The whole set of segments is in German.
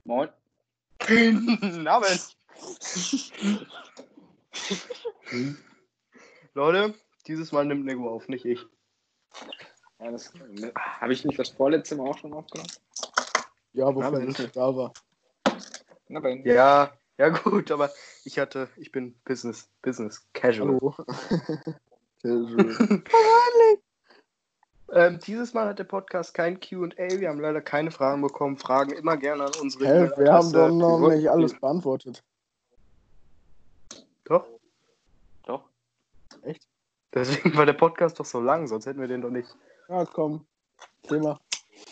Moin. Abend. Leute, dieses Mal nimmt Nego auf, nicht ich. Ja, habe ich nicht das vorletzte Mal auch schon aufgenommen? Ja, wofür ich nicht da war. Na, Ben. Ja gut, aber ich bin Business Casual. Hallo. Casual. Dieses Mal hat der Podcast kein Q&A, wir haben leider keine Fragen bekommen. Fragen immer gerne an unsere Wir haben doch noch nicht alles beantwortet. Doch. Echt? Deswegen war der Podcast doch so lang, sonst hätten wir den doch nicht. Ja, komm. Thema.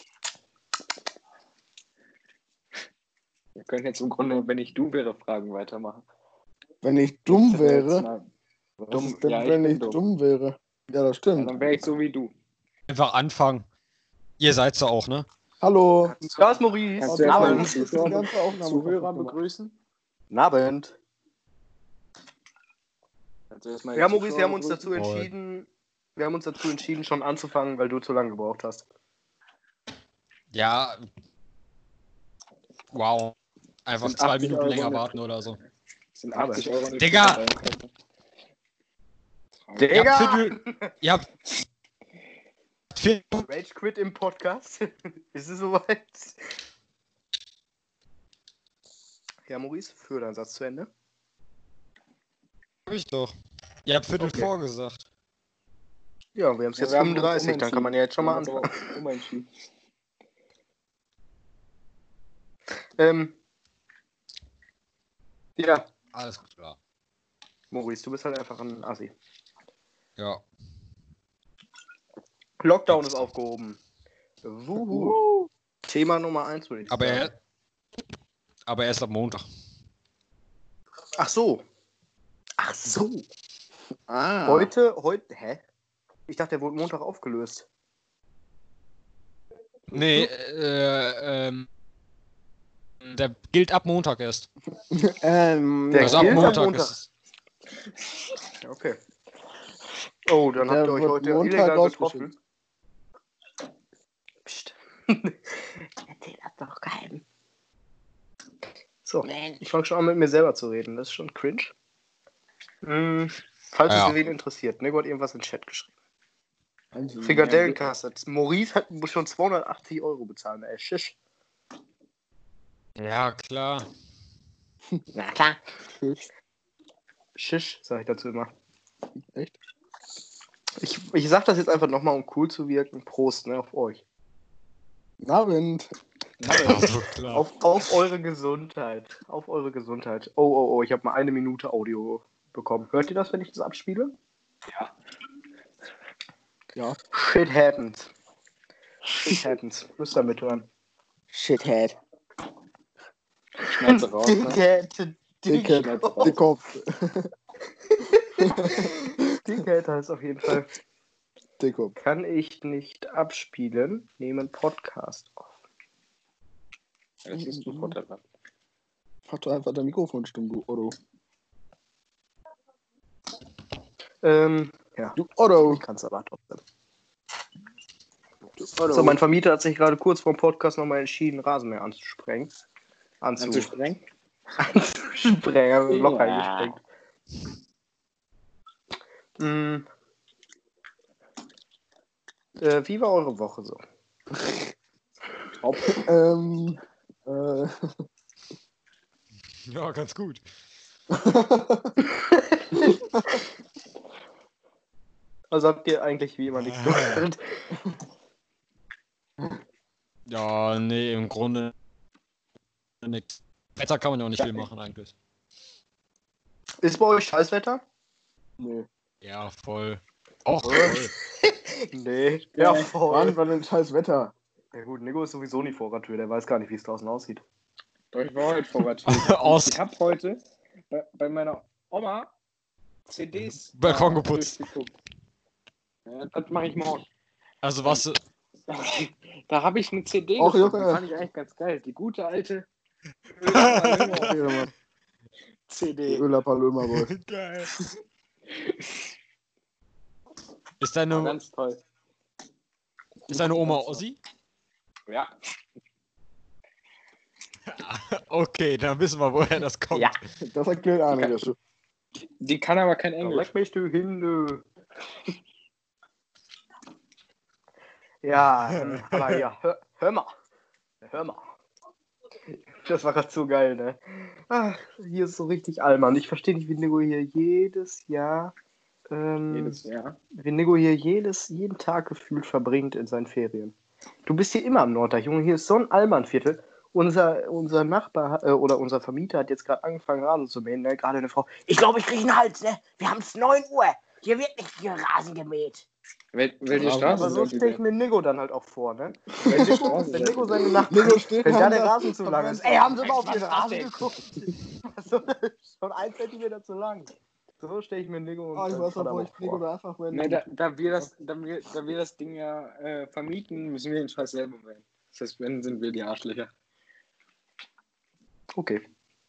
Wir können jetzt im Grunde, wenn ich du wäre, Fragen weitermachen. Wenn ich dumm wäre? Was ist denn, wenn ich dumm wäre? Ja, das stimmt. Ja, dann wäre ich so wie du. Einfach anfangen. Ihr seid so auch, ne? Hallo. Da ist Maurice. Kannst du erstmal Abend. die Zuhörer begrüßen? Abend. Ja, Maurice, wir haben uns dazu entschieden, schon anzufangen, weil du zu lange gebraucht hast. Ja. Wow. Einfach 2 Minuten Euro länger warten oder so. Sind 80 Euro nicht. Digga! Ihr habt Rage Quit im Podcast. Ist es soweit? Ja, Maurice, führe deinen Satz zu Ende. Hab ich doch. Ihr habt Viertel vorgesagt. Ja, wir haben es jetzt 35, dann kann man ja jetzt schon mal anfangen. Umentschieden. Ja, Alles klar. Maurice, du bist halt einfach ein Assi. Ja. Lockdown ist aufgehoben. Wuhu. Thema Nummer 1 würde ich sagen. Aber erst ab Montag. Ach so. Ah. Heute, hä? Ich dachte, der wurde Montag aufgelöst. Nee, der gilt ab Montag erst. Der Also ab gilt ab Montag Montag. ist es. Okay. Oh, dann habt ihr euch heute illegal getroffen. Psst. Erzähl das doch keinem. So, ich fange schon an mit mir selber zu reden. Das ist schon cringe. Falls es wen interessiert, Nego hat irgendwas in den Chat geschrieben. Frikadellenkasse. Maurice hat schon 280 Euro bezahlt. Ey, Schisch. Ja, klar. Na klar. Schisch, sag ich dazu immer. Echt? Ich sag das jetzt einfach nochmal, um cool zu wirken. Prost, ne, auf euch. Abend. Also, klar. Auf eure Gesundheit. Auf eure Gesundheit. Oh, ich habe mal 1 Minute Audio bekommen. Hört ihr das, wenn ich das abspiele? Ja. Shit happens. Müsst ihr mithören. Shithead. Schnauze raus, ne? Dickkopf. Dickhead heißt auf jeden Fall. Dickkopf. Kann ich nicht abspielen, nehmen Podcast auf. Das ist du vorteilhaft. Mach doch einfach dein Mikrofon stumm, du Otto. Ja. Du Otto. Ich kann's aber trotzdem. So, mein Vermieter hat sich gerade kurz vor dem Podcast nochmal entschieden, Rasenmäher anzusprengen. Anzusprengen? Anzusprengen, also ein Loch eingesprengt. Wie war eure Woche so? Ja, ganz gut. Also habt ihr eigentlich wie immer nichts gehört? Ja, nee, im Grunde nix. Wetter kann man ja auch nicht viel machen eigentlich. Ist bei euch Scheißwetter? Nee. Ja, voll. Auch voll. Nee. Ja, voll. Wann war denn scheiß Wetter? Ja gut, Nico ist sowieso nie vor der Tür, der weiß gar nicht, wie es draußen aussieht. Doch, ich war heute vor der Tür. Aus Ich habe heute bei meiner Oma CDs Balkon geputzt. Ja, das mache ich morgen. Also was? Da habe ich eine CD Och, gefunden, Junge. die fand ich eigentlich ganz geil. Die gute alte CD. Öler Palömer Boy. Geil. Ist War deine ganz toll. Oma Ossi? Ja. Okay, dann wissen wir, woher das kommt. Ja. Das erklärt einiges. Die kann aber kein Ja, Englisch. leck mich, du Hinde. Ja, aber ja, hör mal. Hör mal. Das war gerade so geil, ne? Ach, hier ist so richtig Allmann. Ich verstehe nicht, wie Nico hier jedes Jahr, Jedes Jahr. wie Nico hier jeden Tag gefühlt verbringt in seinen Ferien. Du bist hier immer am Norddeich, Junge. Hier ist so ein Allmannviertel. Unser Nachbar oder unser Vermieter hat jetzt gerade angefangen, Rasen zu mähen. Ne? Gerade eine Frau. Ich glaube, ich kriege einen Hals, ne? Wir haben es 9 Uhr. Hier wird nicht viel Rasen gemäht. Welche Aber Straße Aber so sind die stelle ich denn? mir Nico dann halt auch vor, ne? Welche Wenn Straße Nico sind seine Nachbarn, Nico steht wenn da da an der der- Rasen zu lang ist. Ey, haben Sie mal auf den Rasen geguckt? Schon 1 Zentimeter zu lang. So stelle ich mir Nico und Ah, ich seinen weiß Vater noch, wo auch ich Nico vor. da einfach wenn Ne, da wir das Ding ja vermieten, müssen wir den Scheiß selber wählen. Das heißt, wenn sind wir die Arschlöcher. Okay.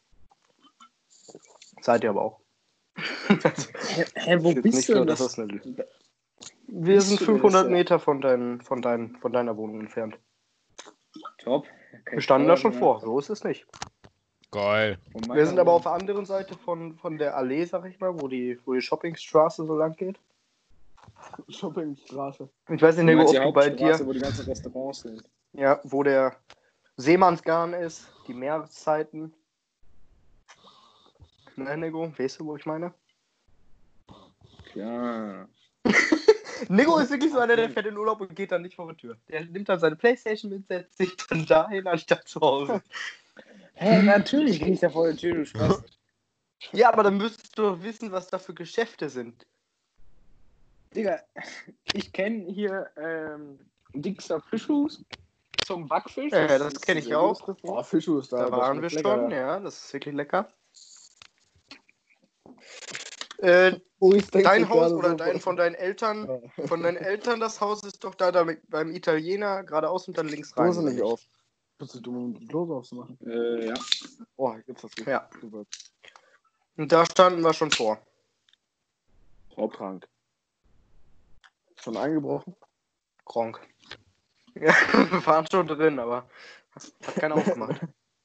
Seid ihr aber auch. Hä, wo Jetzt bist nicht du nur, denn? dass das eine Wir Bist sind du denn 500 das, Meter von deiner Wohnung entfernt. Top. Wir standen da schon vor, so ist es nicht. Geil. Wir sind aber auf der anderen Seite von der Allee, sag ich mal, wo die Shoppingstraße so lang geht. Shoppingstraße. Ich weiß nicht, Du Nico, meinst ob die du bei Hauptstraße, dir, wo die ganzen Restaurants sind. ja, wo der Seemannsgarn ist, die Meereszeiten. Ne, Nico, weißt du, wo ich meine? Ja. Nico ist wirklich so einer, der fährt in Urlaub und geht dann nicht vor die Tür. Der nimmt dann seine Playstation mit, setzt sich dann dahin, anstatt zu Hause. Hä, natürlich gehe ich da vor der Tür, du Spaß. Ja, aber dann müsstest du doch wissen, was da für Geschäfte sind. Digga, ich kenne hier Dixer Fischhus zum Backfisch. Das ist kenne ich sehr auch. gutes Oh, Restaurant. Fischhus ist Da das waren wir schmeckt lecker, schon, ja. ja, das ist wirklich lecker. Maurice denkt Dein sich Haus gerade oder so, von deinen Eltern, das Haus ist doch da beim Italiener geradeaus und dann links rein. Dose oder nicht auf. Bist du dumm, um die Dose aufzumachen? Ja. Oh, jetzt hast du. Ja. Super. Und da standen wir schon vor. Krank. Schon eingebrochen? Gronk. Ja, wir waren schon drin, aber hat keiner aufgemacht.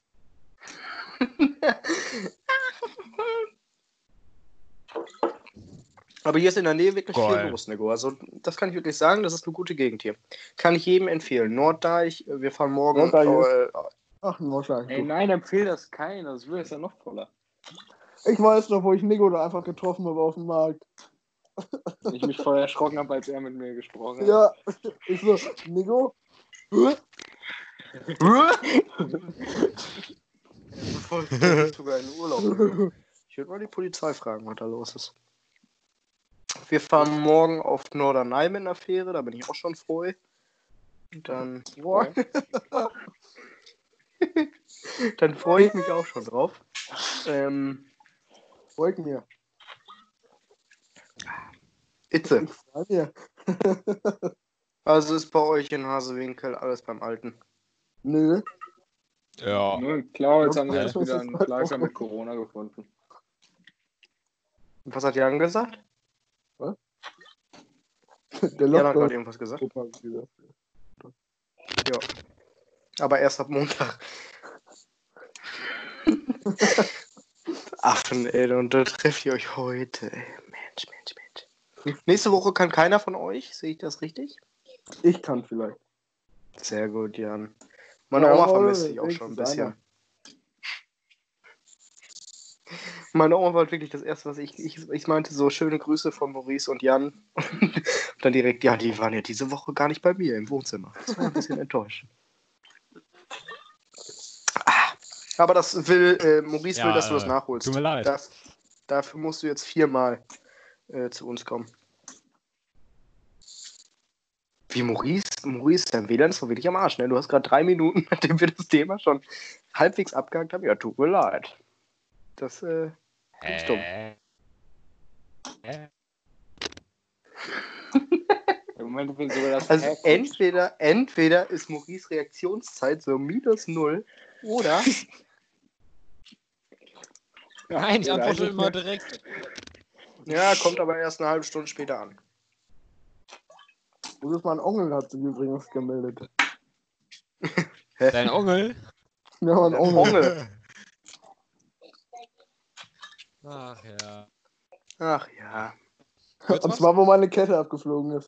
Aber hier ist in der Nähe wirklich viel Geil. los, Nico. Also das kann ich wirklich sagen, das ist eine gute Gegend hier. Kann ich jedem empfehlen. Norddeich, wir fahren morgen. Norddeich Ach, ein Nordschlag. Ey, nein, empfehle das keiner, das wird ja noch toller. Ich weiß noch, wo ich Nico da einfach getroffen habe auf dem Markt. Ich mich voll erschrocken habe, als er mit mir gesprochen hat. Ja, ich so, Nico? Voll sogar in Urlaub. Ich würde mal die Polizei fragen, was da los ist. Wir fahren morgen auf Norderney mit einer Fähre, da bin ich auch schon froh. Und dann, dann freue ich mich auch schon drauf. Folg mir. Itze. Ich freu mir. Also ist bei euch in Hasewinkel alles beim Alten. Nö. Ja. Nur klar, jetzt haben sie Ja, das das wieder ist einen halt Kleister auch- mit Corona gefunden. Was hat Jan gesagt? Der Jan hat Lockdown. gerade irgendwas gesagt. Ja. Aber erst ab Montag. Affen, ey, und da trefft ihr euch heute, ey. Mensch. Nächste Woche kann keiner von euch, sehe ich das richtig? Ich kann vielleicht. Sehr gut, Jan. Meine Ja, Oma aber vermisse ich auch schon ein wenigstens bisschen. Meine Oma war wirklich das Erste, was ich meinte, so schöne Grüße von Maurice und Jan. Und dann direkt, ja, die waren ja diese Woche gar nicht bei mir im Wohnzimmer. Das war ein bisschen enttäuschend. Aber das will, Maurice Ja, will, dass du das nachholst. tut mir leid. Dafür musst du jetzt 4-mal zu uns kommen. Wie Maurice? Maurice, dein WLAN ist doch wirklich am Arsch, ne? Du hast gerade 3 Minuten, nachdem wir das Thema schon halbwegs abgehakt haben. Ja, tut mir leid. Das, ist dumm. Im Moment bin ich sogar das Also Hack- entweder ist Maurice Reaktionszeit so -0 oder Nein, ich Oder antworte eigentlich immer mehr. direkt. ja, kommt aber erst eine halbe Stunde später an. Das ist mein Onkel, hat sich übrigens gemeldet. Dein Onkel? Ja, mein Onkel. Onkel. Ach ja. Ach ja. Willst du Und was? zwar, wo meine Kette abgeflogen ist.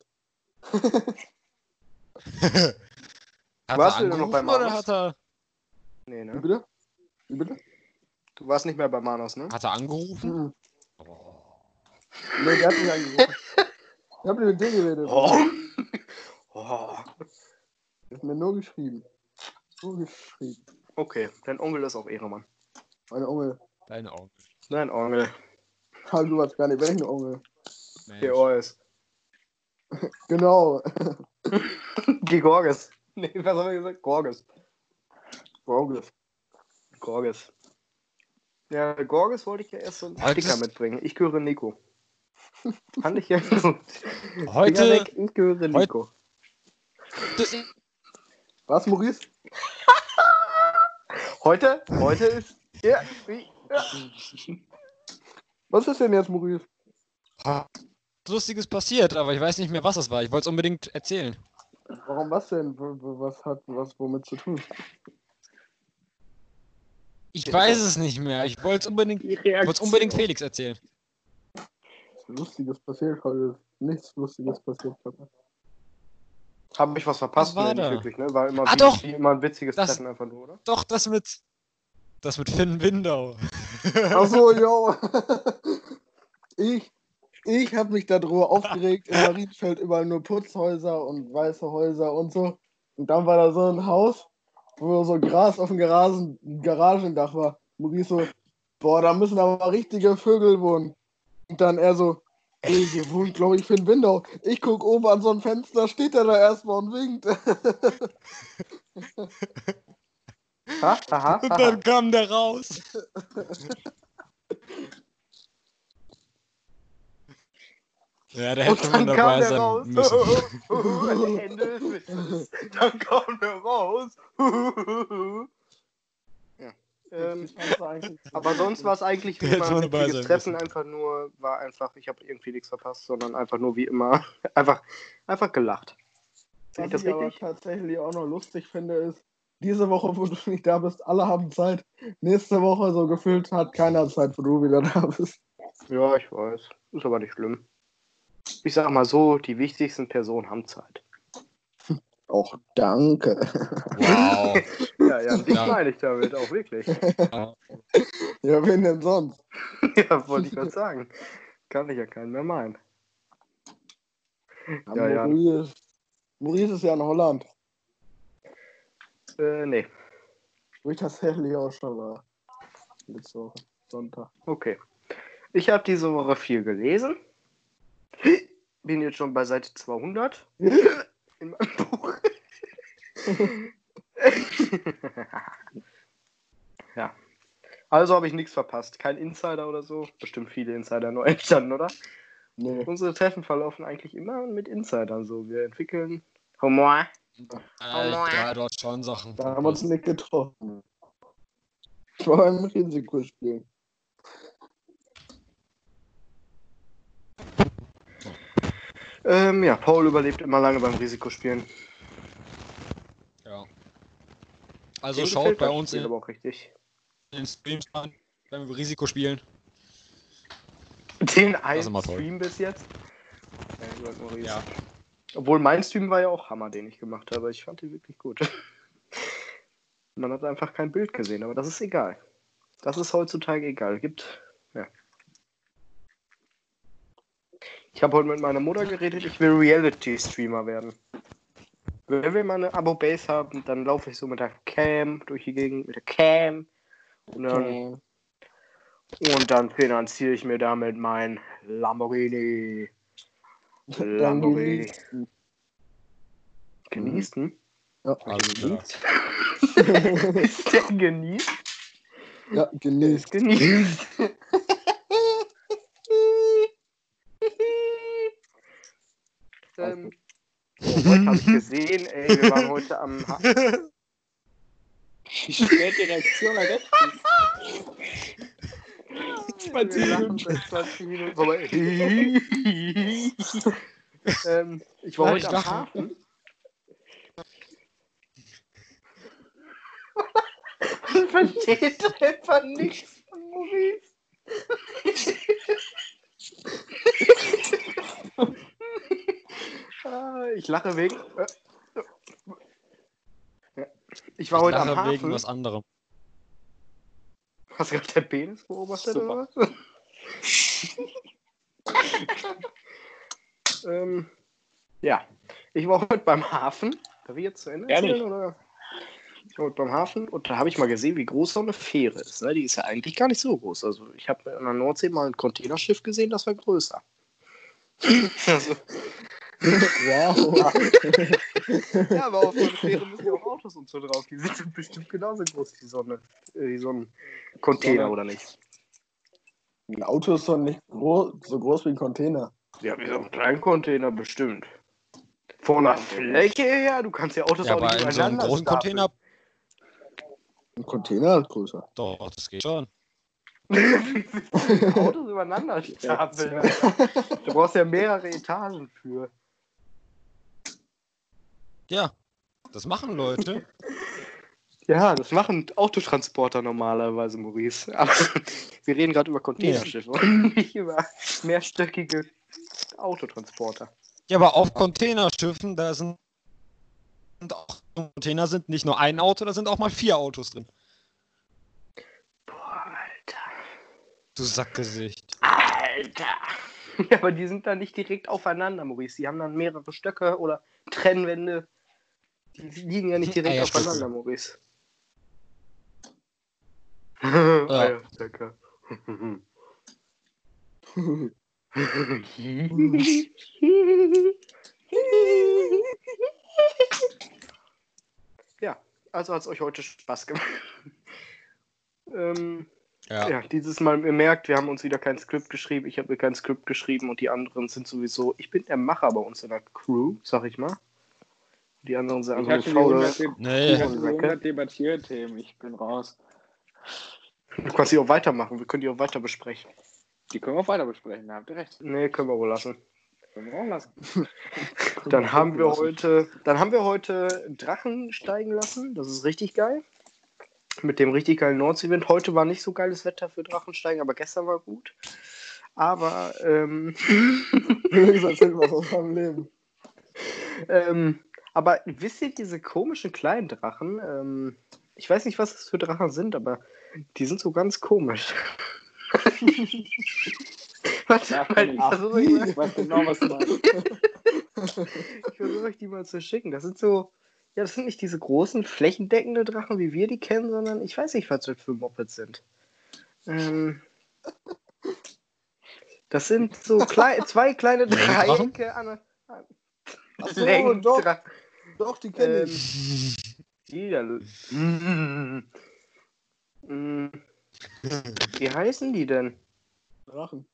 Hat Warst er du denn noch bei angerufen oder Manus? hat er, Nee, Wie ne? bitte? Wie bitte? Du warst nicht mehr bei Manos, ne? hat er angerufen? Mhm. Oh. Nee, der hat mich angerufen. Ich hab mit dir geredet. Oh. Oh. Der hat mir nur geschrieben. Nur geschrieben. Okay, dein Onkel ist auch Ehrenmann. Meine Onkel. Deine Augen. Dein Onkel. Halt, du weißt gar nicht, welchen Onkel. Georges. Genau. Gegorges. Nee, was haben wir gesagt? Gorges. Gorges. Gorges. Ja, Gorges wollte ich ja erst so einen Heute- Sticker mitbringen. Ich gehöre Nico. Fand ich ja gut. Heute- Finger weg, ich gehöre Nico. Was, Maurice? Heute ist... Ja, Was ist denn jetzt, Maurice? Lustiges passiert, aber ich weiß nicht mehr, was das war. Ich wollte es unbedingt erzählen. Warum was denn? Was hat was womit zu tun? Ich weiß es nicht mehr. Ich wollte es unbedingt Felix erzählen. Lustiges passiert heute. Nichts Lustiges passiert heute. Habe ich was verpasst? Was war Nee, nicht da? wirklich, ne? War immer, Doch! wie immer ein witziges Das- Treffen einfach nur, oder? Doch, das mit Finn Windau. Achso, yo. Ich habe mich darüber aufgeregt. In Marienfeld überall nur Putzhäuser und weiße Häuser und so. Und dann war da so ein Haus, wo so Gras auf dem Garagendach war. Maurice so, boah, da müssen aber richtige Vögel wohnen. Und dann er so, ey, hier wohnt, glaube ich, Finn Windau. Ich guck oben an so ein Fenster, steht er da erstmal und winkt. Ha, aha, Und aha. dann kam der raus. Ja, der Und hätte dann man kam dabei der sein raus. müssen. Ende des Witzes. Dann kam der raus. Ja. Aber sonst war es eigentlich wie Der immer hätte ein man dabei witziges sein Treffen. müssen. Ich habe irgendwie nichts verpasst, sondern einfach nur wie immer, einfach gelacht. Sehe ich Was das ich aber richtig? tatsächlich auch noch lustig finde, ist, diese Woche, wo du nicht da bist, alle haben Zeit. Nächste Woche so gefühlt hat keiner Zeit, wo du wieder da bist. Ja, ich weiß. Ist aber nicht schlimm. Ich sag mal so, die wichtigsten Personen haben Zeit. Auch danke. Wow. Ja, dich Ja. meine ich damit auch wirklich. Ja, wen denn sonst? Ja, wollte ich gerade sagen. Kann ich ja keinen mehr meinen. Ja, ja. Maurice ist ja in Holland, Nee. wo ich tatsächlich auch schon war. Letzte Woche, Sonntag. Okay. Ich habe diese Woche viel gelesen. Bin jetzt schon bei Seite 200 in meinem Buch. Ja. Also habe ich nichts verpasst. Kein Insider oder so. Bestimmt viele Insider neu entstanden, oder? Nee. Unsere Treffen verlaufen eigentlich immer mit Insidern so. Wir entwickeln Humor. Ja, du hast schon Sachen. Da haben wir uns nicht getroffen. Ich war beim Risikospiel. Ja, Paul überlebt immer lange beim Risikospielen. Ja. Also Dem schaut gefällt bei das uns Spiel in aber auch richtig. den Streams an, beim Risikospielen. Den ist einen immer toll. Stream bis jetzt. Ja, Maurice. Ja. Obwohl mein Stream war ja auch Hammer, den ich gemacht habe. Ich fand den wirklich gut. Man hat einfach kein Bild gesehen, aber das ist egal. Das ist heutzutage egal. Ja. Ich habe heute mit meiner Mutter geredet, ich will Reality-Streamer werden. Wenn wir mal eine Abo-Base haben, dann laufe ich so mit der Cam durch die Gegend, mit der Cam. Und dann finanziere ich mir damit mein Lamborghini. Dann genießen. Genießen? Ja, Alles klar. Ist der genießt? ja, Der genießt. ist genießt. Heute habe ich gesehen, ey, wir waren heute am... Wie spät die Reaktion erreicht ist. Wir lachen seit 20 Minuten vorbei. Ich war Ja, heute ich am dachte- Hafen. Man versteht einfach nichts von Maurice. Ich lache wegen. Ich war heute am Lache Hafen. wegen was anderem. Hast du gerade deinen Penis beobachtet Super. oder was? Ja, ich war heute beim Hafen. Darf ich jetzt zu Ende erzählen? Oder? Ich war heute beim Hafen und da habe ich mal gesehen, wie groß so eine Fähre ist. Ne? Die ist ja eigentlich gar nicht so groß. Also ich habe an der Nordsee mal ein Containerschiff gesehen, das war größer. Also, Wow. ja, aber auf so eine Fähre müssen ja auch Autos und so drauf. Die sind bestimmt genauso groß wie so ein Container, oder nicht? Ein Auto ist doch nicht so groß wie ein Container. Ja, wie so ein Kleincontainer bestimmt. Von der Fläche her, du kannst ja Autos Ja, auch nicht aber in so einem übereinander großen stapeln. Container, Ein Container ist größer. doch, das geht schon. Autos übereinander stapeln. Du brauchst ja mehrere Etagen für. Ja, das machen Leute. Ja, das machen Autotransporter normalerweise, Maurice. Aber wir reden gerade über Containerschiffe und nicht über mehrstöckige Autotransporter. Ja, aber auf Containerschiffen, da sind auch Container sind nicht nur ein Auto, da sind auch mal 4 Autos drin. Boah, Alter. Du Sackgesicht. Alter. Ja, aber die sind dann nicht direkt aufeinander, Maurice. Die haben dann mehrere Stöcke oder Trennwände. Die liegen ja nicht direkt Eierstöcke. aufeinander, Maurice. Ja. Eierstöcke. Ja, also hat es euch heute Spaß gemacht. Ja, dieses Mal, ihr merkt, wir haben uns wieder kein Skript geschrieben. Ich habe mir kein Skript geschrieben und die anderen sind sowieso. Ich bin der Macher bei uns in der Crew, sag ich mal. Die anderen sind Ich einfach hatte nur die faule. 100, Nee. ich hatte die 100 Debattierthemen. Ich bin raus. Du kannst die auch weitermachen, wir können die auch weiter besprechen. Die können wir auch weiter besprechen, da habt ihr recht. Nee, können wir wohl lassen. Können wir auch lassen. Dann haben wir heute Drachen steigen lassen. Das ist richtig geil. Mit dem richtig geilen Nordseewind. Heute war nicht so geiles Wetter für Drachensteigen, aber gestern war gut. Aber, Erzähl was aus meinem Leben. aber wisst ihr, diese komischen kleinen Drachen, ich weiß nicht, was das für Drachen sind, aber die sind so ganz komisch. Warte Ja, mal, ich versuche euch mal- Ich weiß genau, was du meinst. ich versuche euch die mal zu schicken. Das sind so, ja, das sind nicht diese großen, flächendeckende Drachen, wie wir die kennen, sondern ich weiß nicht, was das für Mopeds sind. Das sind so zwei kleine Lenkdrachen? Dreiecke an Achso, Lenkdrachen. doch, die kenne ich. Wie heißen die denn? Drachen.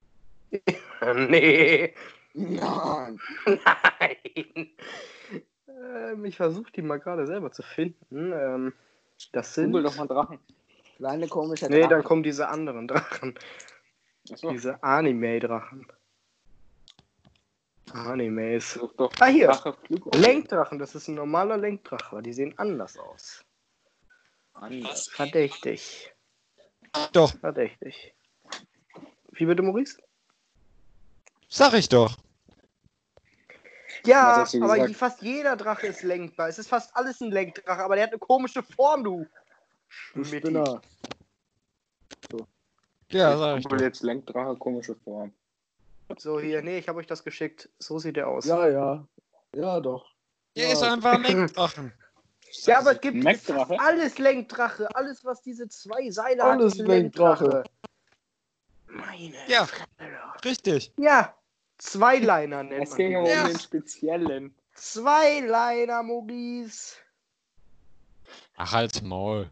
Nee, Nein. nein. Ich versuche die mal gerade selber zu finden. Das sind. Google doch mal Drachen. Kleine komische Nee, dann Drachen. kommen diese anderen Drachen. Achso, Diese Anime-Drachen. Animes. such doch Ah, hier. Drache Flug. Lenkdrachen, das ist ein normaler Lenkdrache, aber die sehen anders aus. Anders. Verdächtig. Doch, Verdächtig. Wie bitte, Maurice? sag ich doch. Was Ja, hast du aber gesagt? fast jeder Drache ist lenkbar. Es ist fast alles ein Lenkdrache, aber der hat eine komische Form, du. Du Schmitti. Spinner. Ja, sag ich Google doch. jetzt Lenkdrache, komische Form. So, hier, nee, ich habe euch das geschickt. So sieht der aus. Ja, ja. Ja, doch. Hier ist einfach ein Lenkdrachen. Ja, aber es gibt Lenkdrache? alles Lenkdrache. Alles, was diese zwei Seile Alles hat, ist ein Lenkdrache. Meine Ja. Fresse. Richtig. Ja, Zweiliner nennt Es man ging die. aber Ja. um den speziellen. Zweiliner, Maurice. Ach, halt's Maul.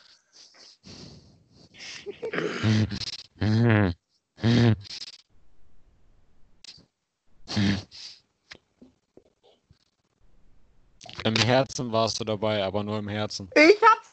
Im Herzen warst du dabei, aber nur im Herzen. Ich hab's.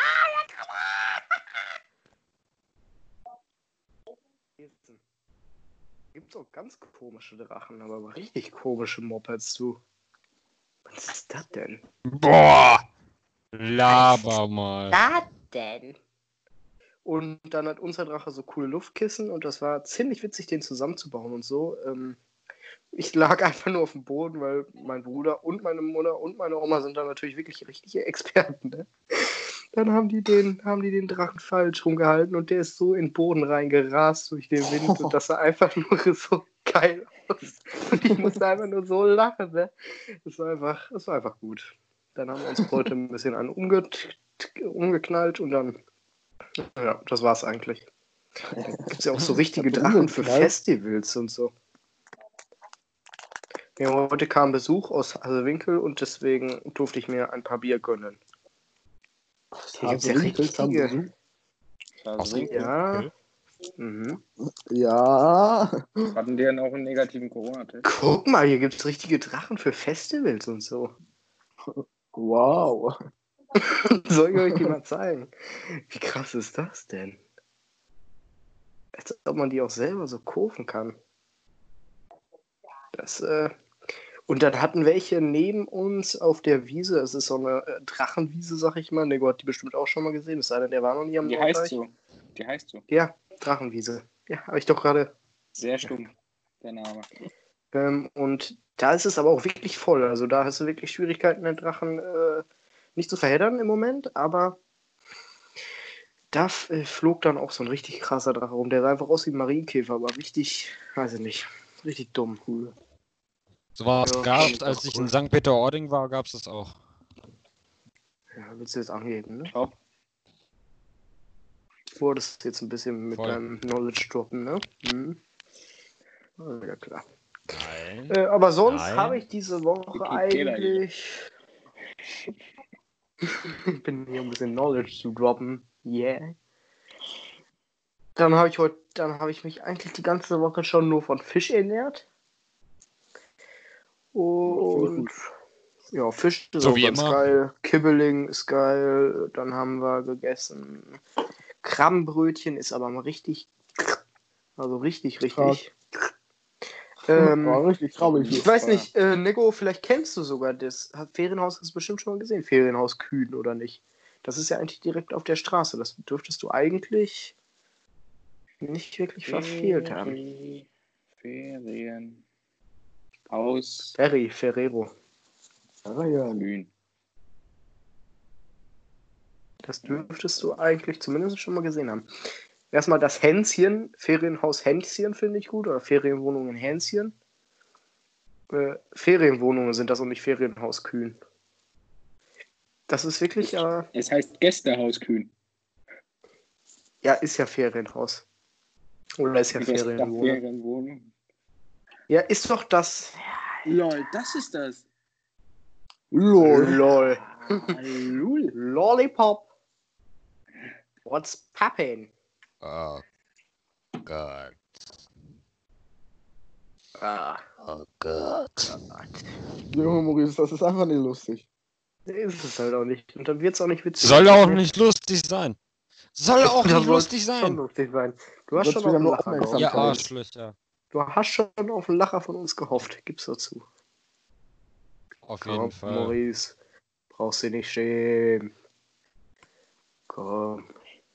Gibt's auch ganz komische Drachen, aber richtig komische Mopeds, du. Was ist das denn? Boah! Laber mal. Das denn? Und dann hat unser Drache so coole Luftkissen und das war ziemlich witzig, den zusammenzubauen und so. Ich lag einfach nur auf dem Boden, weil mein Bruder und meine Mutter und meine Oma sind da natürlich wirklich richtige Experten. Ne? Dann haben die den Drachen falsch rumgehalten und der ist so in den Boden reingerast durch den Wind und das sah einfach nur so geil aus. Und ich musste einfach nur so lachen. Ne? Das war einfach gut. Dann haben wir uns heute ein bisschen umgeknallt und dann, ja, das war's eigentlich. Gibt es ja auch so richtige Drachen für Festivals und so. Ja, heute kam Besuch aus Hasewinkel und deswegen durfte ich mir ein paar Bier gönnen. Hier gibt es ja richtige. Ja. Mhm. Ja. Hatten die dann auch einen negativen Corona-Test? Guck mal, hier gibt es richtige Drachen für Festivals und so. Wow. Soll ich euch die mal zeigen? Wie krass ist das denn? Als ob man die auch selber so kaufen kann. Und dann hatten welche neben uns auf der Wiese, es ist so eine Drachenwiese, sag ich mal. Nego hat die bestimmt auch schon mal gesehen, es sei denn, der war noch nie am Norddeich. Die heißt so. Ja, Drachenwiese. Ja, habe ich doch gerade. Sehr stumpf, der Name. Und da ist es aber auch wirklich voll. Also da hast du wirklich Schwierigkeiten, den Drachen nicht zu verheddern im Moment, aber da flog dann auch so ein richtig krasser Drache rum. Der sah einfach aus wie ein Marienkäfer, aber richtig, weiß ich nicht, richtig dumm. Cool. So was Ja, gab es, als ich in St. Peter-Ording war, gab es das auch. Ja, willst du jetzt angeben, ne? Top. Wurdest jetzt ein bisschen mit Voll. deinem Knowledge droppen, ne? Mhm. Ja, klar. Nein. Aber sonst Nein. habe ich diese Woche Wikipedia eigentlich. Ich bin hier um ein bisschen Knowledge zu droppen. Yeah. Dann habe ich mich eigentlich die ganze Woche schon nur von Fisch ernährt. Und ja, Fisch ist So auch wie ganz immer. geil. Kibbeling ist geil. Dann haben wir gegessen. Krabbenbrötchen ist aber mal richtig. Also richtig. Richtig krabbig. Ich weiß nicht, Nico, vielleicht kennst du sogar das. Ferienhaus hast du bestimmt schon mal gesehen. Ferienhaus Kühn oder nicht? Das ist ja eigentlich direkt auf der Straße. Das dürftest du eigentlich nicht wirklich verfehlt haben. Ferien. Aus Ferrero. Grün. Das dürftest du eigentlich zumindest schon mal gesehen haben. Erstmal das Hänschen, Ferienhaus Hänschen finde ich gut, oder Ferienwohnungen Hänschen. Ferienwohnungen sind das und nicht Ferienhaus Kühn. Das ist wirklich, Es heißt Gästehaus Kühn. ja, ist ja Ferienhaus. Oder ist ja Ferienwohnung. Ferienwohnung. Ja, ist doch das. Lol, das ist das. Lol. Lol. Lollipop. What's poppin'? Oh Gott. Oh Gott. Junge Maurice, das ist einfach nicht lustig. Ist es halt auch nicht. Und dann wird es auch nicht witzig. Soll auch nicht lustig sein. Soll auch Das nicht soll lustig Schon sein. lustig sein. Du hast Wird's schon wieder auf einen nur Lacher aufmerksam. gehofft. Ihr Arschlöcher. Du hast schon auf einen Lacher von uns gehofft. Gib's dazu. Auf Komm, jeden Fall. Maurice. Brauchst dich nicht schämen. Komm.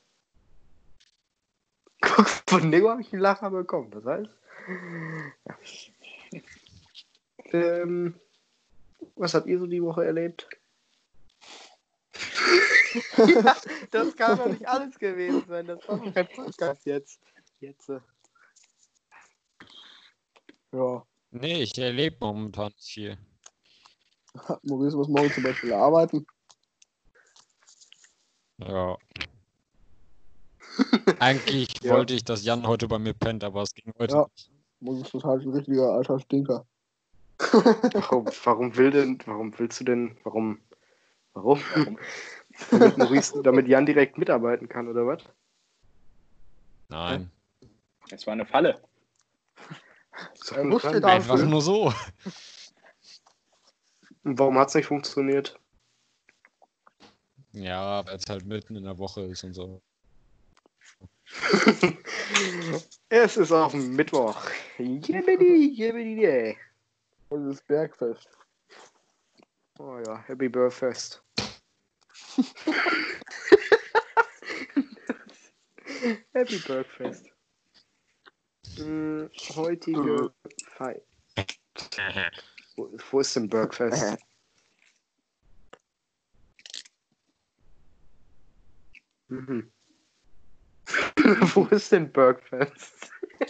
Guck, von Nico habe ich einen Lacher bekommen. Das heißt. Ja. Was habt ihr so die Woche erlebt? Ja, das kann doch nicht alles gewesen sein. Das war doch kein Podcast jetzt. Ja. Nee, ich erlebe momentan nicht viel. Maurice muss morgen zum Beispiel arbeiten. Ja. Eigentlich Ja. wollte ich, dass Jan heute bei mir pennt, aber es ging heute Ja. nicht. Maurice ist halt ein richtiger alter Stinker. Warum willst du denn? Warum? Damit Jan direkt mitarbeiten kann, oder was? Nein. Das war eine Falle. Er wusste gar nicht. Einfach nur so. Und warum hat es nicht funktioniert? Ja, weil es halt mitten in der Woche ist und so. Es ist auf dem Mittwoch. Jibbidi. Und das Bergfest. Oh ja, Happy Birthfest. Happy Bergfest. Heutige Feier. Wo ist denn Bergfest? Wo ist denn Bergfest?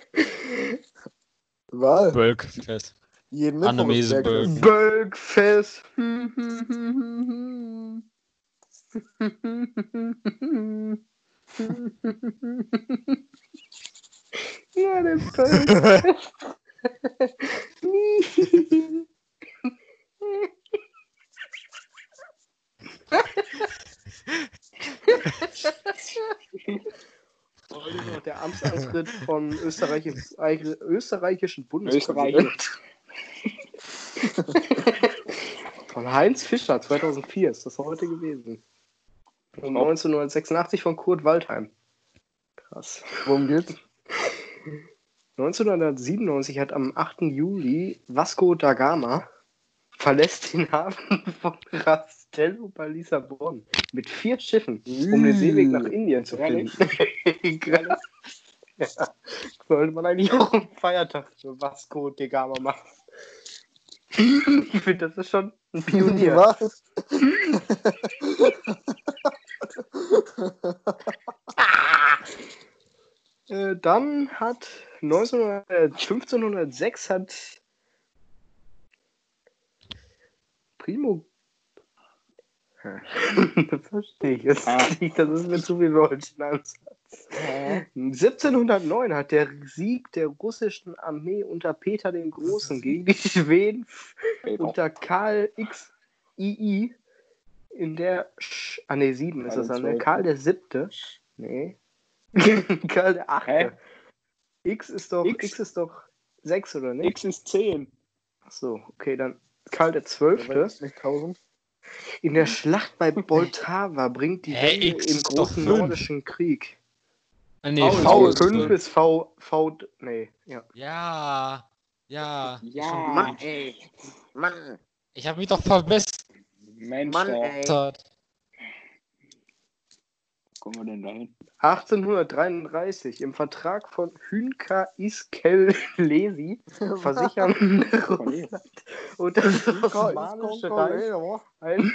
Wahl. Bölkfest. Jeden Mittwoch ist Annemiese Bergfest. Bergfest. Ja, der Bergfest. Heute noch der Amtsantritt von österreichischen Bundespräsidenten. Von Heinz Fischer 2004 ist das heute gewesen. Und 1986 von Kurt Waldheim. Krass. Worum geht's? 1997 hat am 8. Juli Vasco da Gama verlässt den Hafen von Rastello bei Lissabon mit 4 Schiffen, um den Seeweg nach Indien zu finden. Krass. Ja. Sollte man eigentlich auch einen Feiertag für Vasco da Gama machen. Ich finde, das ist schon ein Pionier. Was? Dann hat 1506 hat Primo. Das verstehe ich jetzt nicht. Das ist mir zu viel Deutsch in einem Satz. 1709 hat der Sieg der russischen Armee unter Peter dem Großen gegen die Schweden unter Karl XII in der 7 ist das dann, ne? Karl der 7. Nee. Karl der 8. Hä? X ist doch 6, oder nicht? X ist 10. Achso, okay, dann Karl der 12. Nicht 1000. In der Schlacht bei Boltava bringt die Wende X im ist doch großen 5. Nordischen Krieg. Nee, V5 ist V, nee, ja. Ja. Ja. Mann, ey. Mann. Ich habe mich doch verbessert. Mensch, Mann, da. ey. Kommen wir denn da hin? 1833 im Vertrag von Hünka Iskellesi versichern Russland und das Osmanische Reich ein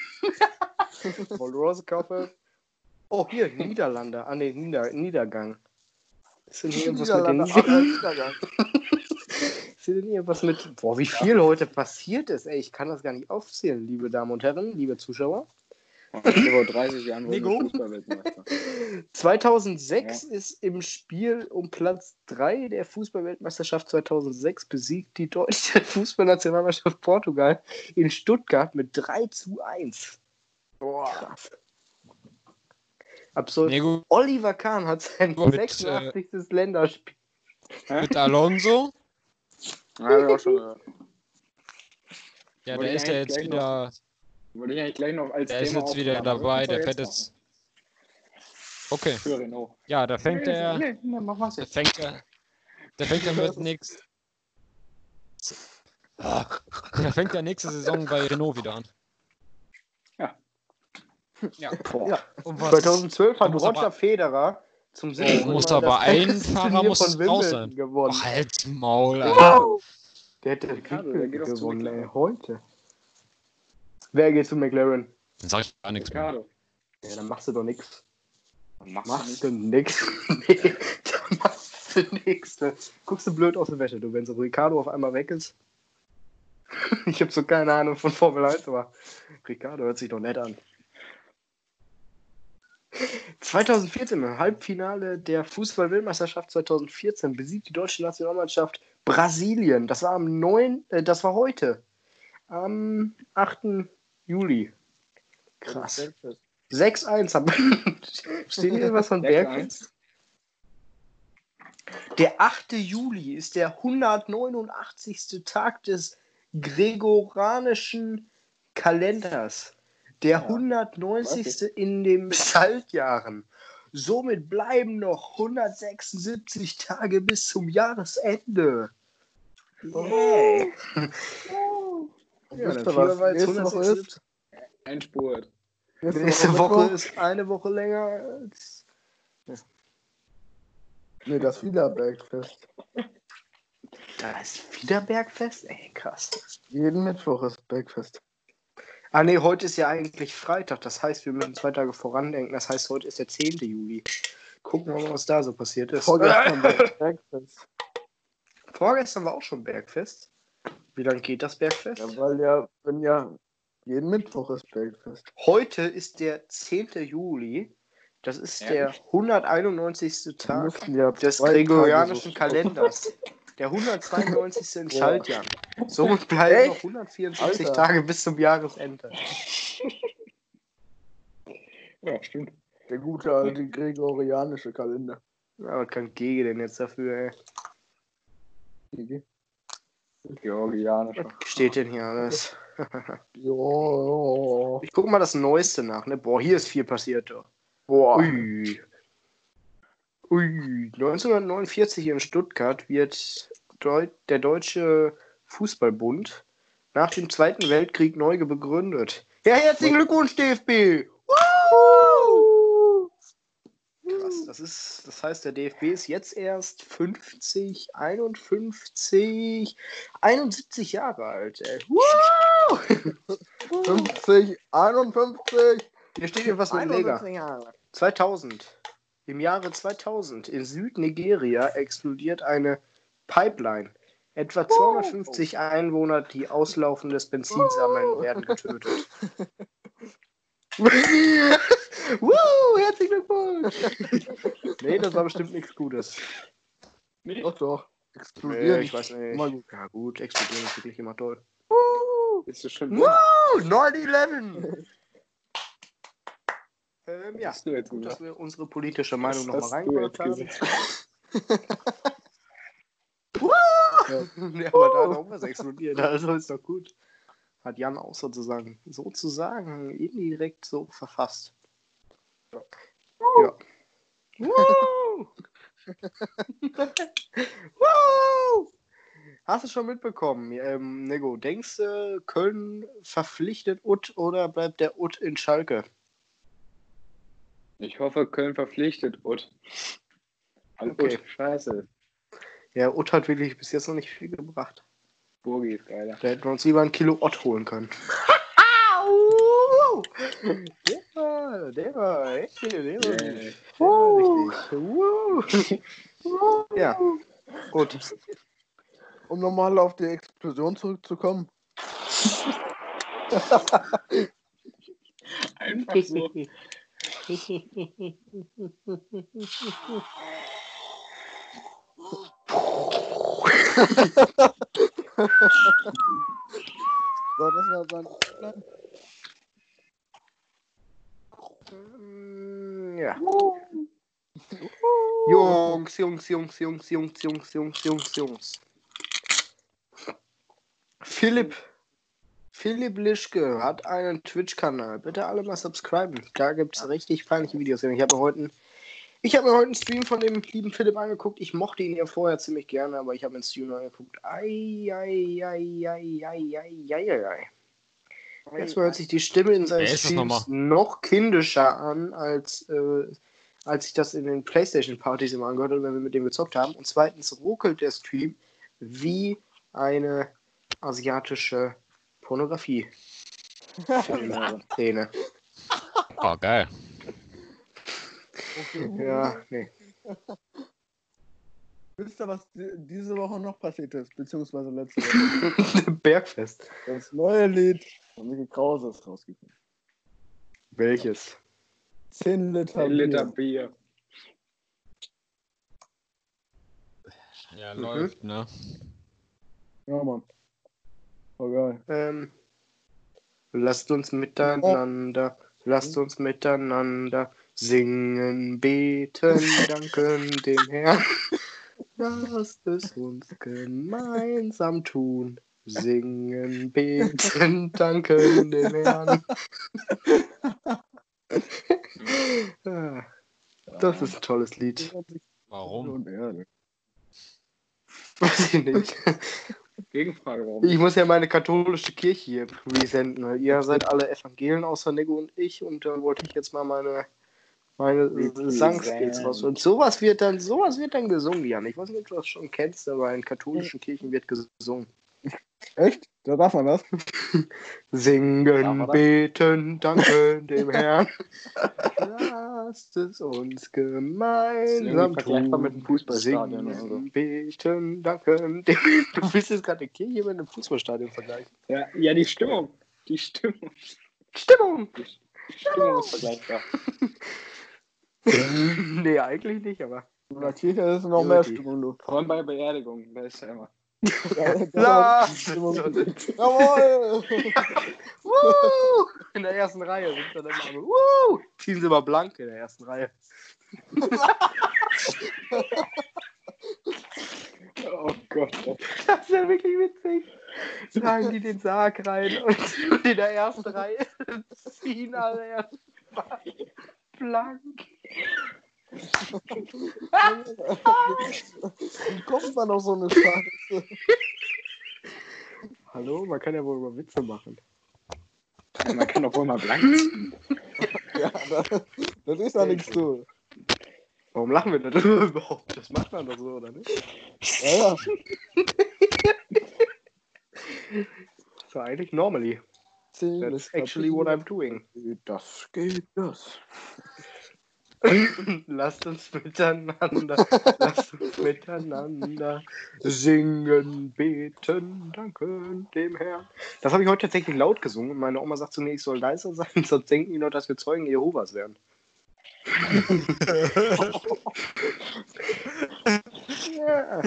Oh, hier, Niederlande, an den Niedergang. Ist denn hier irgendwas mit den Niedergang? Ist denn hier was mit... Boah, wie viel heute passiert ist, ey, ich kann das gar nicht aufzählen, liebe Damen und Herren, liebe Zuschauer. Vor 30 Jahren wurden wir Fußballweltmeister. 2006 ist im Spiel um Platz 3 der Fußballweltmeisterschaft 2006 besiegt die deutsche Fußballnationalmannschaft Portugal in Stuttgart mit 3:1. Boah. Krass. Absolut. Nee, gut. Oliver Kahn hat sein Mit, 86. Länderspiel. Mit Alonso. Ja, hab ich auch schon gehört. Ja, Wollte der ich ist ja eigentlich jetzt gleich wieder. Wollte ich eigentlich gleich noch als Der ist Thema jetzt wieder aufgreifen, aber dabei. das Der soll fährt jetzt jetzt. Okay. noch. Für Renault. Ja, da fängt er. Nee, mach was Da jetzt. fängt er mit nix. Da fängt er nächste Saison bei Renault wieder an. Ja. Ja. Und was? 2012 hat muss Roger aber- Federer zum muss Mal aber das ein älteste Fahrer Turnier muss von raus Wimbledon sein. gewonnen. Ach, halt's Maul, Alter. Der hat den Ricardo, der geht doch zu gewonnen, ey, McLaren. heute. Wer geht zu McLaren? Dann sag ich gar nichts mehr. Ricardo. Ja, dann machst du doch nix. Machst du nicht. nix? Nee, dann machst du nix. Dann guckst du blöd aus der Wäsche, du, wenn so Ricardo auf einmal weg ist. Ich hab so keine Ahnung von Formel 1, aber Ricardo hört sich doch nett an. 2014 im Halbfinale der Fußball-Weltmeisterschaft 2014 besiegt die deutsche Nationalmannschaft Brasilien. Das war das war heute. Am 8. Juli. Krass. 6:1. Steht hier was von Bergfest? Der 8. Juli ist der 189. Tag des Gregorianischen Kalenders. Der 190. in den Schaltjahren. Somit bleiben noch 176 Tage bis zum Jahresende. Yeah. Ja, Wisst dann ihr, was Fieber war jetzt nächste Woche 176. ist? Endspurt. Nächste Woche ist eine Woche länger als... Nee, das Wiederbergfest. Da ist wieder Bergfest? Ey, krass. Jeden Mittwoch ist Bergfest. Ah, nee, heute ist ja eigentlich Freitag. Das heißt, wir müssen 2 Tage vorandenken. Das heißt, heute ist der 10. Juli. Gucken wir mal, was da so passiert ist. Vorgestern war Bergfest. Vorgestern war auch schon Bergfest. Wie lange geht das Bergfest? Ja, weil wenn jeden Mittwoch ist Bergfest. Heute ist der 10. Juli. Das ist der 191. Wir Tag müssten ja des 2 Tage gregorianischen so- Kalenders. Der 192. in Boah. Schaltjahr. Somit bleiben Echt? noch 174 Alter. Tage bis zum Jahresende. Ja, stimmt. Der gute alte gregorianische Kalender. Ja, was kann Gege denn jetzt dafür, ey? Georgianischer. Was steht denn hier alles? Jo. Ich gucke mal das Neueste nach, ne? Boah, hier ist viel passiert, doch. Boah. Ui. 1949 in Stuttgart wird der Deutsche Fußballbund nach dem Zweiten Weltkrieg neu begründet. Ja, herzlichen Glückwunsch, DFB! Woo! Krass, das heißt, der DFB ist jetzt erst 71 Jahre alt, ey. Woo! 50, 51. Hier steht hier was mit Lega. 2000. Im Jahre 2000 in Südnigeria explodiert eine Pipeline. Etwa 250 Einwohner, die auslaufendes Benzin sammeln, werden getötet. Herzlichen Glückwunsch! Nee, das war bestimmt nichts Gutes. Doch, doch. Explodieren. Ich weiß nicht. Immer gut. Ja gut, explodieren ist wirklich immer toll. Ist das schon 9/11! Ja, Hast du jetzt gut, dass gesagt? wir unsere politische Meinung nochmal Hast du reingebracht jetzt haben. Ja. Ja, aber da hat auch was explodiert, also ist doch gut. Hat Jan auch sozusagen indirekt so verfasst. Ja. Woo! Woo! Hast du schon mitbekommen, Nego, denkst du, Köln verpflichtet Ut oder bleibt der Ut in Schalke? Ich hoffe, Köln verpflichtet Ut. Okay. Ut, scheiße. Ja, Ut hat wirklich bis jetzt noch nicht viel gebracht. Burgi ist geiler. Da hätten wir uns lieber ein Kilo Ott holen können. Der war richtig. Ja, gut. Um nochmal auf die Explosion zurückzukommen. Einfach so. So, das war sein Plan. Ja. Jungs. Philipp Lischke hat einen Twitch-Kanal. Bitte alle mal subscriben. Da gibt es richtig peinliche Videos. Ich habe mir heute einen Stream von dem lieben Philipp angeguckt. Ich mochte ihn ja vorher ziemlich gerne, aber ich habe einen Stream angeguckt. Jetzt hört sich die Stimme in seinen Streams noch kindischer an, als ich das in den PlayStation-Partys immer angehört habe, wenn wir mit dem gezockt haben. Und zweitens ruckelt der Stream wie eine asiatische Pornografie. Szene. Oh, geil. Ja, nee. Wisst ihr, was diese Woche noch passiert ist? Beziehungsweise letzte Woche? Bergfest. Das neue Lied von Mickey Krause ist rausgekommen. Welches? 10 Liter 10 Liter Bier. Bier. Ja, läuft, ne? Ja, Mann. Oh, geil. Lasst uns miteinander singen, beten, danken dem Herrn. Lasst es uns gemeinsam tun. Singen, beten, danken dem Herrn. Das ist ein tolles Lied. Warum? Weiß ich nicht. Gegenfrage, warum? Ich muss ja meine katholische Kirche hier resenden, weil ihr seid alle Evangelen außer Nego und ich, und dann wollte ich jetzt mal meine Meine Wie Sangskills raus. Und sowas wird dann gesungen, Jan. Ich weiß nicht, ob du das schon kennst, aber in katholischen Kirchen wird gesungen. Echt? Da darf man das? Singen, Ja, beten, danken dem Herrn. Lasst es uns gemeinsam vergleichbar mit einem tun. Fußballstadion oder so. Singen, beten, danken dem Herrn. Du willst jetzt gerade eine Kirche mit einem Fußballstadion vergleichen. Ja, die Stimmung. Die Stimmung. Stimmung! Die Stimmung ist vergleichbar. Nee, eigentlich nicht, aber. In der Kirche ist noch mehr Juti. Stimmung, du. Vor allem bei Beerdigungen, da ist ja immer. Lasst es Stimmung. uns. Jawohl! Woo! In der ersten Reihe sind wir dann alle. Woo! Ziehen sie mal blank in der ersten Reihe. Oh Gott. Das ist ja wirklich witzig. Tragen die den Sarg rein und in der ersten Reihe ziehen alle erst mal blank. Wie kommt man auf so eine Scheiße? Hallo, man kann ja wohl über Witze machen. Man kann doch wohl mal blank ziehen. Ja, das ist ja nichts zu. Warum lachen wir darüber überhaupt? Das macht man doch so, oder nicht? Ja. So eigentlich normally. That's actually what I'm doing. Das geht das. Lasst uns miteinander singen, beten, danken dem Herrn. Das habe ich heute tatsächlich laut gesungen und meine Oma sagt zu mir, ich soll leiser sein, sonst denken die noch, dass wir Zeugen Jehovas wären. Ja.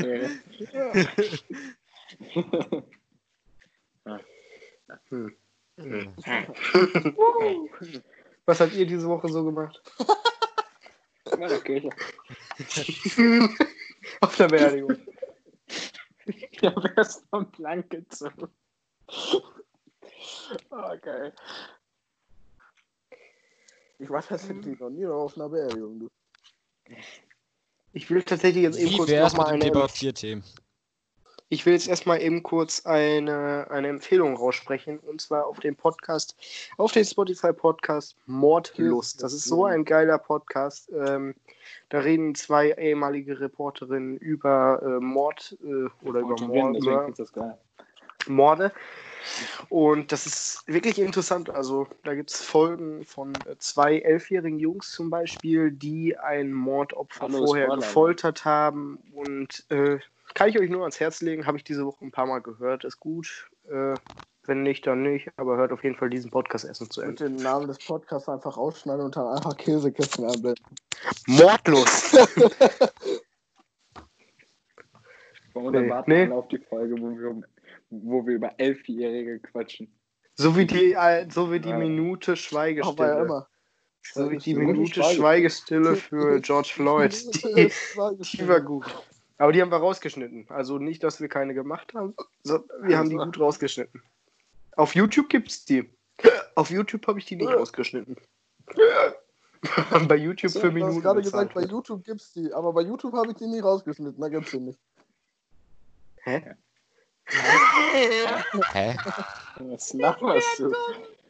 Was habt ihr diese Woche so gemacht? In der Kirche. Auf der Beerdigung. Ja, wer ist noch blank gezogen? Okay. Ich war tatsächlich noch nie auf einer Beerdigung, du. Ich will tatsächlich jetzt eben Wie kurz wär's mit nochmal dem eine. Thema 4-Themen? Ich will jetzt erstmal eben kurz eine Empfehlung raussprechen, und zwar auf den Podcast, auf den Spotify-Podcast Mordlust. Das ist so ein geiler Podcast. Da reden zwei ehemalige Reporterinnen über Mord oder über Morde. Und das ist wirklich interessant. Also da gibt es Folgen von zwei 11-jährigen Jungs zum Beispiel, die ein Mordopfer vorher gefoltert haben. Und kann ich euch nur ans Herz legen, habe ich diese Woche ein paar Mal gehört. Ist gut. Wenn nicht, dann nicht. Aber hört auf jeden Fall diesen Podcast erstmal zu Und Ende. den Namen des Podcasts einfach ausschneiden und dann einfach Käsekisten einblenden. Mordlust! Oder warten alle auf die Folge, wo wir über 11-Jährige quatschen. So wie die Minute Schweigestille. Aber ja immer. So wie die Minute Schweigestille für George Floyd. Die war gut. Aber die haben wir rausgeschnitten. Also nicht, dass wir keine gemacht haben, sondern wir haben die gut rausgeschnitten. Auf YouTube gibt's die. Auf YouTube habe ich die nicht rausgeschnitten. Bei YouTube für Minuten. Du hast gerade gesagt, bei YouTube gibt's die. Aber bei YouTube habe ich die nie rausgeschnitten. Da gibt's die nicht. Hä? Hä? Was laberst du?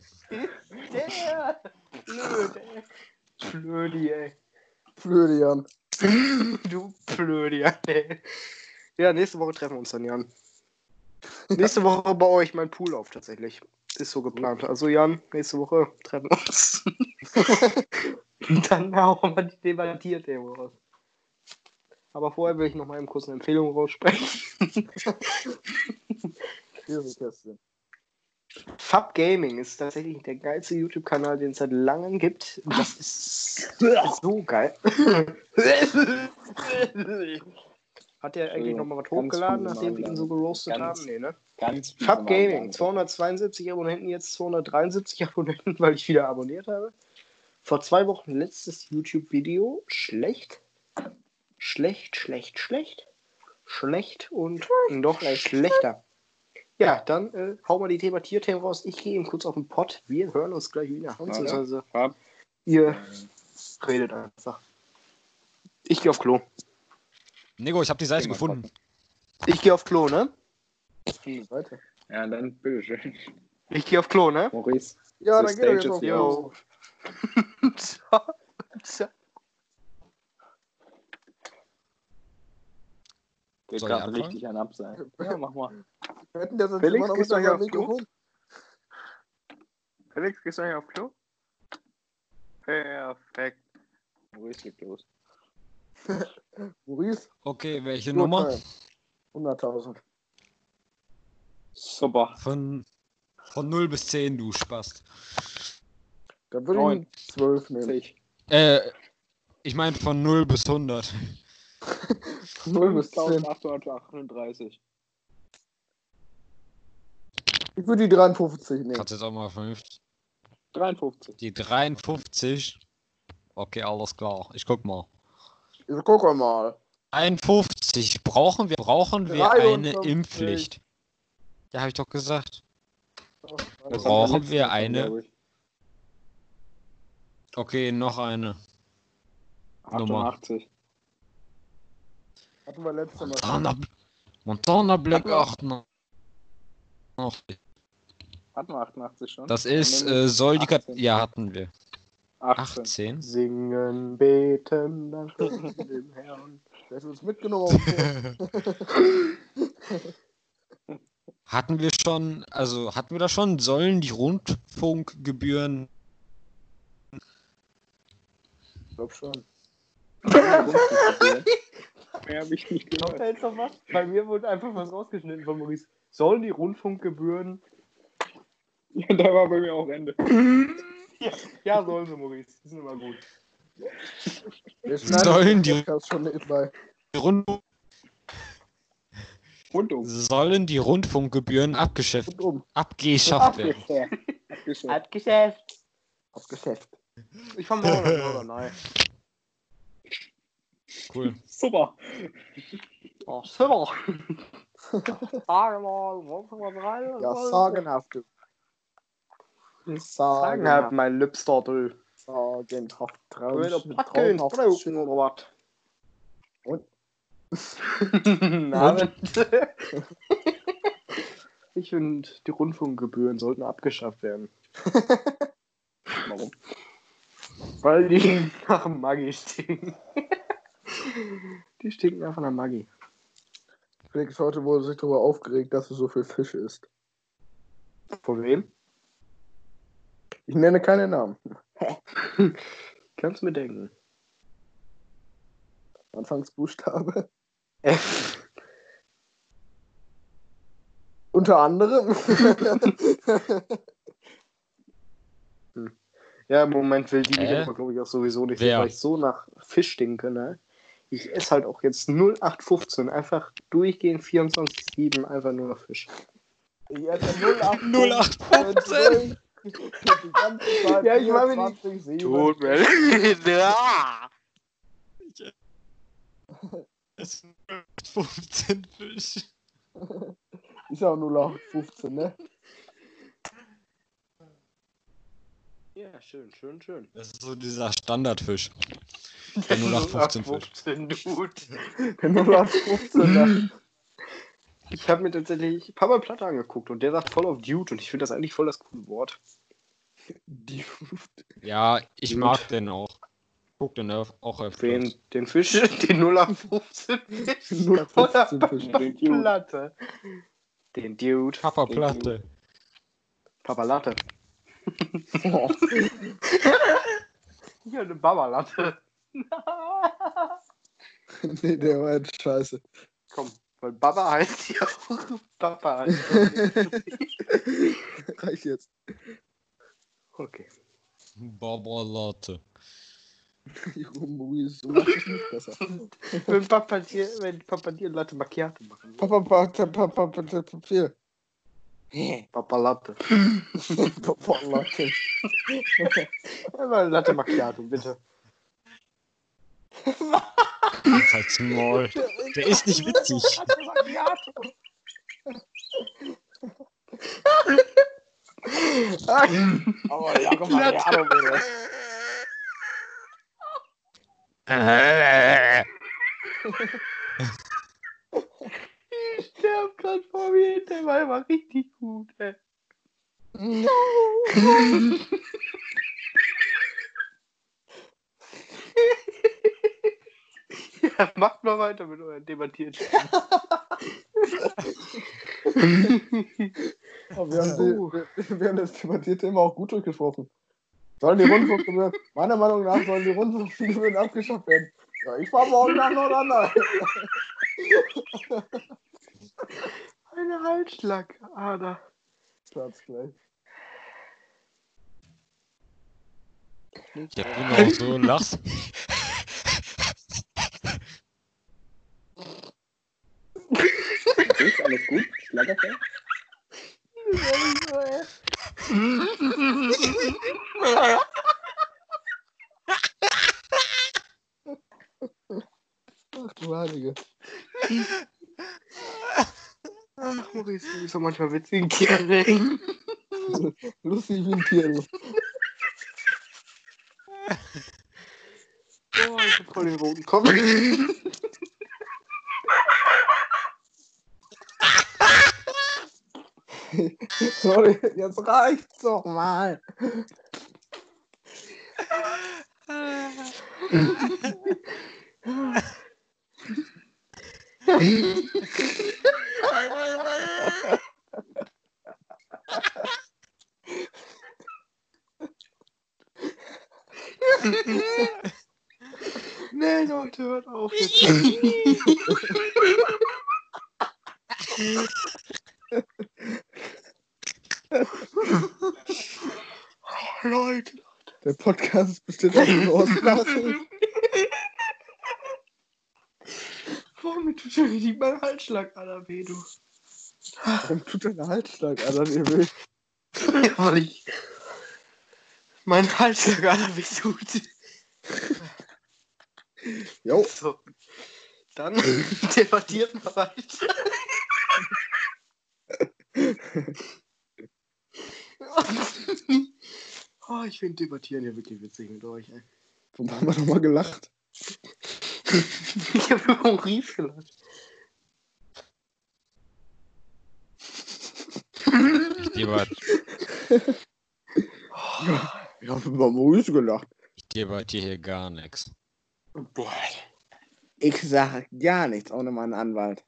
Der Blöde, ey. Flödi, ey. Flödian. Du Flödian, ey. Ja, nächste Woche treffen wir uns dann, Jan. Nächste Woche baue ich meinen Pool auf, tatsächlich. Ist so geplant. Also, Jan, nächste Woche treffen wir uns. Und dann hauen wir die Debattierthemen raus. Aber vorher will ich noch mal eben kurz eine Empfehlung raussprechen. Fab Gaming ist tatsächlich der geilste YouTube-Kanal, den es seit langem gibt. Das ist so geil. Hat der eigentlich noch mal was hochgeladen, nachdem wir ihn so geroastet haben? Nee, ne? Fab Gaming, 272 Abonnenten, jetzt 273 Abonnenten, weil ich wieder abonniert habe. Vor 2 Wochen letztes YouTube-Video. Schlecht und noch schlechter. Ja, dann hau mal die Debattierthemen raus. Ich gehe eben kurz auf den Pott. Wir hören uns gleich wieder. Beziehungsweise ihr redet einfach. Ich gehe auf Klo. Nico, ich habe die Seite gefunden. Ich gehe auf Klo, ne? Weiter. Ja, dann bitteschön. Ich gehe auf Klo, ne? Maurice. Ja, The dann geht er stage jetzt is auf yours. Jo. Ciao. Geht Soll ich gerade anfangen? richtig ein Absein. Ja, mach mal. Wetten, der sitzt Felix, immer noch mit gehst du seinem eigentlich aufs Klo? Mikrofon. Felix, gehst du eigentlich auf Klo? Perfekt. Maurice geht los. Maurice, Okay, welche nur Nummer? teilen. 100.000. Super. Von 0 bis 10, du Spast. Da würde Neun. ich 12 nehmen. Sich. Ich meine von 0 bis 100. 0 bis 10. 5838. Ich würde die 53 nehmen. Kannst jetzt auch mal 5. 53. Die 53. Okay, alles klar. Ich guck mal. Ich gucke mal. 51. Brauchen wir eine 53. Impfpflicht? Ja, habe ich doch gesagt. Das haben Brauchen letztes wir Mal schon, eine? glaub ich. Okay, noch eine. Nummer. 88. Hatten wir letztes Mal. Montana Black Hatten wir- 88. Hatten wir 88 schon? Das Dann ist, nehmen wir soll die 18. Ja, hatten wir. 18. 18. Singen, beten, danken dem Herrn. Der hat uns mitgenommen auf den Boot. Hatten wir da schon, sollen die Rundfunkgebühren Ich glaube schon. Mehr habe ich nicht Kommt gehört. da jetzt noch was? Bei mir wurde einfach was rausgeschnitten von Maurice. Sollen die Rundfunkgebühren... Ja, da war bei mir auch Ende. Ja, sollen sie, Maurice. Die sind immer gut. Wir schneiden Sollen den die- Podcast schon nebenbei. Rund Rundum. sollen die Rundfunkgebühren Und um. abgeschafft werden? Abgeschafft. Abgeschäft. Auf Geschäft. Ich fang morgen an, oder nein? Cool. Super. Oh, super. Sag mal, wollen wir was rein? Ja, sagenhaft. du. Sagenhaft, mein Lipster, du. Sagenhaft. Wieder Packe ins Brauchen, oder was? Und? Abend. Ich finde, die Rundfunkgebühren sollten abgeschafft werden. Warum? Weil die nach Maggi stinken. Die stinken einfach nach Maggi. Felix heute wurde sich darüber aufgeregt, dass es so viel Fisch ist. Von wem? Ich nenne keine Namen. Kannst mir denken. Anfangsbuchstabe. F. Unter anderem. Ja, im Moment will die mich Hä? aber, glaube ich, auch sowieso nicht Wer? sehen, weil ich so nach Fisch stinke, ne? Ich esse halt auch jetzt 0815, einfach durchgehend 24/7, einfach nur noch Fisch. Ich esse 0815. Die ganze Zeit. Ja, ich war mir nicht- 24/7. Es sind 15 Fisch. Ist ja auch 0815, ne? Ja, schön, schön, schön. Das ist so dieser Standardfisch. Der 0815 Fisch. 0815, Dude. Der 0815, ne? Ich habe mir tatsächlich Papa Platte angeguckt und der sagt voll auf Dude und ich finde das eigentlich voll das coole Wort. Die Ja, ich Gut. mag den auch. Guck den auch öfters. Den Fisch, den 0815 Fisch. 0815 Fisch. Den Dude. Platte. Den Dude. Papa Den Platte. Dude. Papa Latte. Oh, Hier eine Baba Latte. nee, der war jetzt scheiße. Komm, weil Baba heißt ja auch Papa. Reicht jetzt. Okay. Baba Latte. Maurice, so macht es nicht besser. Wenn Papa dir Latte Macchiato machen. Papier. Papa Latte. Papa Latte. Einmal Latte Macchiato, bitte. Halt's Maul. Der ist nicht witzig. Latte Macchiato. Aber ja, komm mal, ja, bitte. Ich sterb grad vor mir, der war immer richtig gut, ey. Macht mal weiter mit euren Debattieren. Aber wir haben das debattierte Thema auch gut durchgesprochen. Sollen die Rundfunkgebühren, meiner Meinung nach, sollen die Rundfunkgebühren abgeschafft werden. Ja, ich fahre morgen nach Nordrhein. Eine Halsschlagader. Platz gleich. Ja, wenn du auch so lachst. Ist alles gut? Schlagerfeld? Ach du Heilige. Ach, Maurice, du bist doch manchmal witzig. Tiere. Lustig wie ein Tier. Oh, ich hab voll den roten Kopf. Sorry, jetzt reicht's doch mal. Nee, Leute, hört auf jetzt. Oh, Leute. Der Podcast ist bestimmt nur aus Lachen. Warum tut schon richtig mein Halsschlagader weh, du? Warum tut dein Halsschlag, Alter, dir weh? Ja, weil ich mein Halsschlagader weh tut. Jo. So, dann debattiert mal weiter. Oh, ich finde Debattieren ja wirklich witzig mit euch, ey. Warum haben wir nochmal gelacht? Ich habe über Maurice gelacht. Ich debattiere Wir haben über Maurice gelacht. hier gar nichts. Boah. Ich sage gar nichts ohne meinen Anwalt.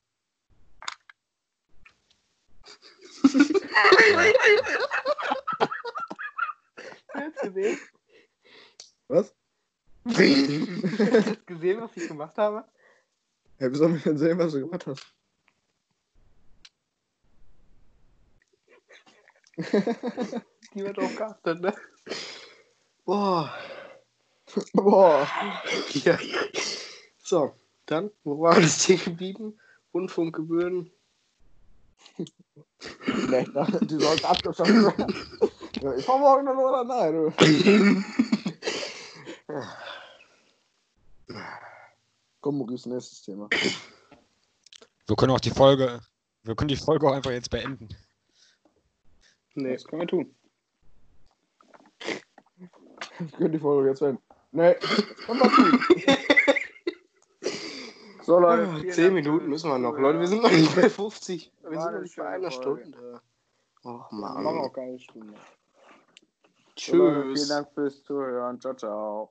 Hast du gesehen? Was? Hast du gesehen, was ich gemacht habe? Hey, wie soll ich denn sehen, was du gemacht hast? Die wird drauf geachtet, ne? Boah. Boah. Ja. So, dann, wo waren wir das stehen geblieben? Rundfunkgebühren. Nee, die sollten abgeschafft werden. Ja, ich fahr morgen noch oder nein. Komm, Maurice, nächstes Thema. Wir können die Folge auch einfach jetzt beenden. Nee. Das können wir tun. Ich könnte die Folge jetzt beenden. Nee, komm mal zu. So, Leute. vielen 10 Dank Minuten fürs müssen wir noch. Zuhören. Leute, wir sind noch nicht bei 50. Wir War sind noch eine nicht bei schöne einer Folge. Stunde. Och, Wir machen Mann. auch keine Stunde. So, Leute, vielen Tschüss. Dank fürs Zuhören. Ciao, ciao.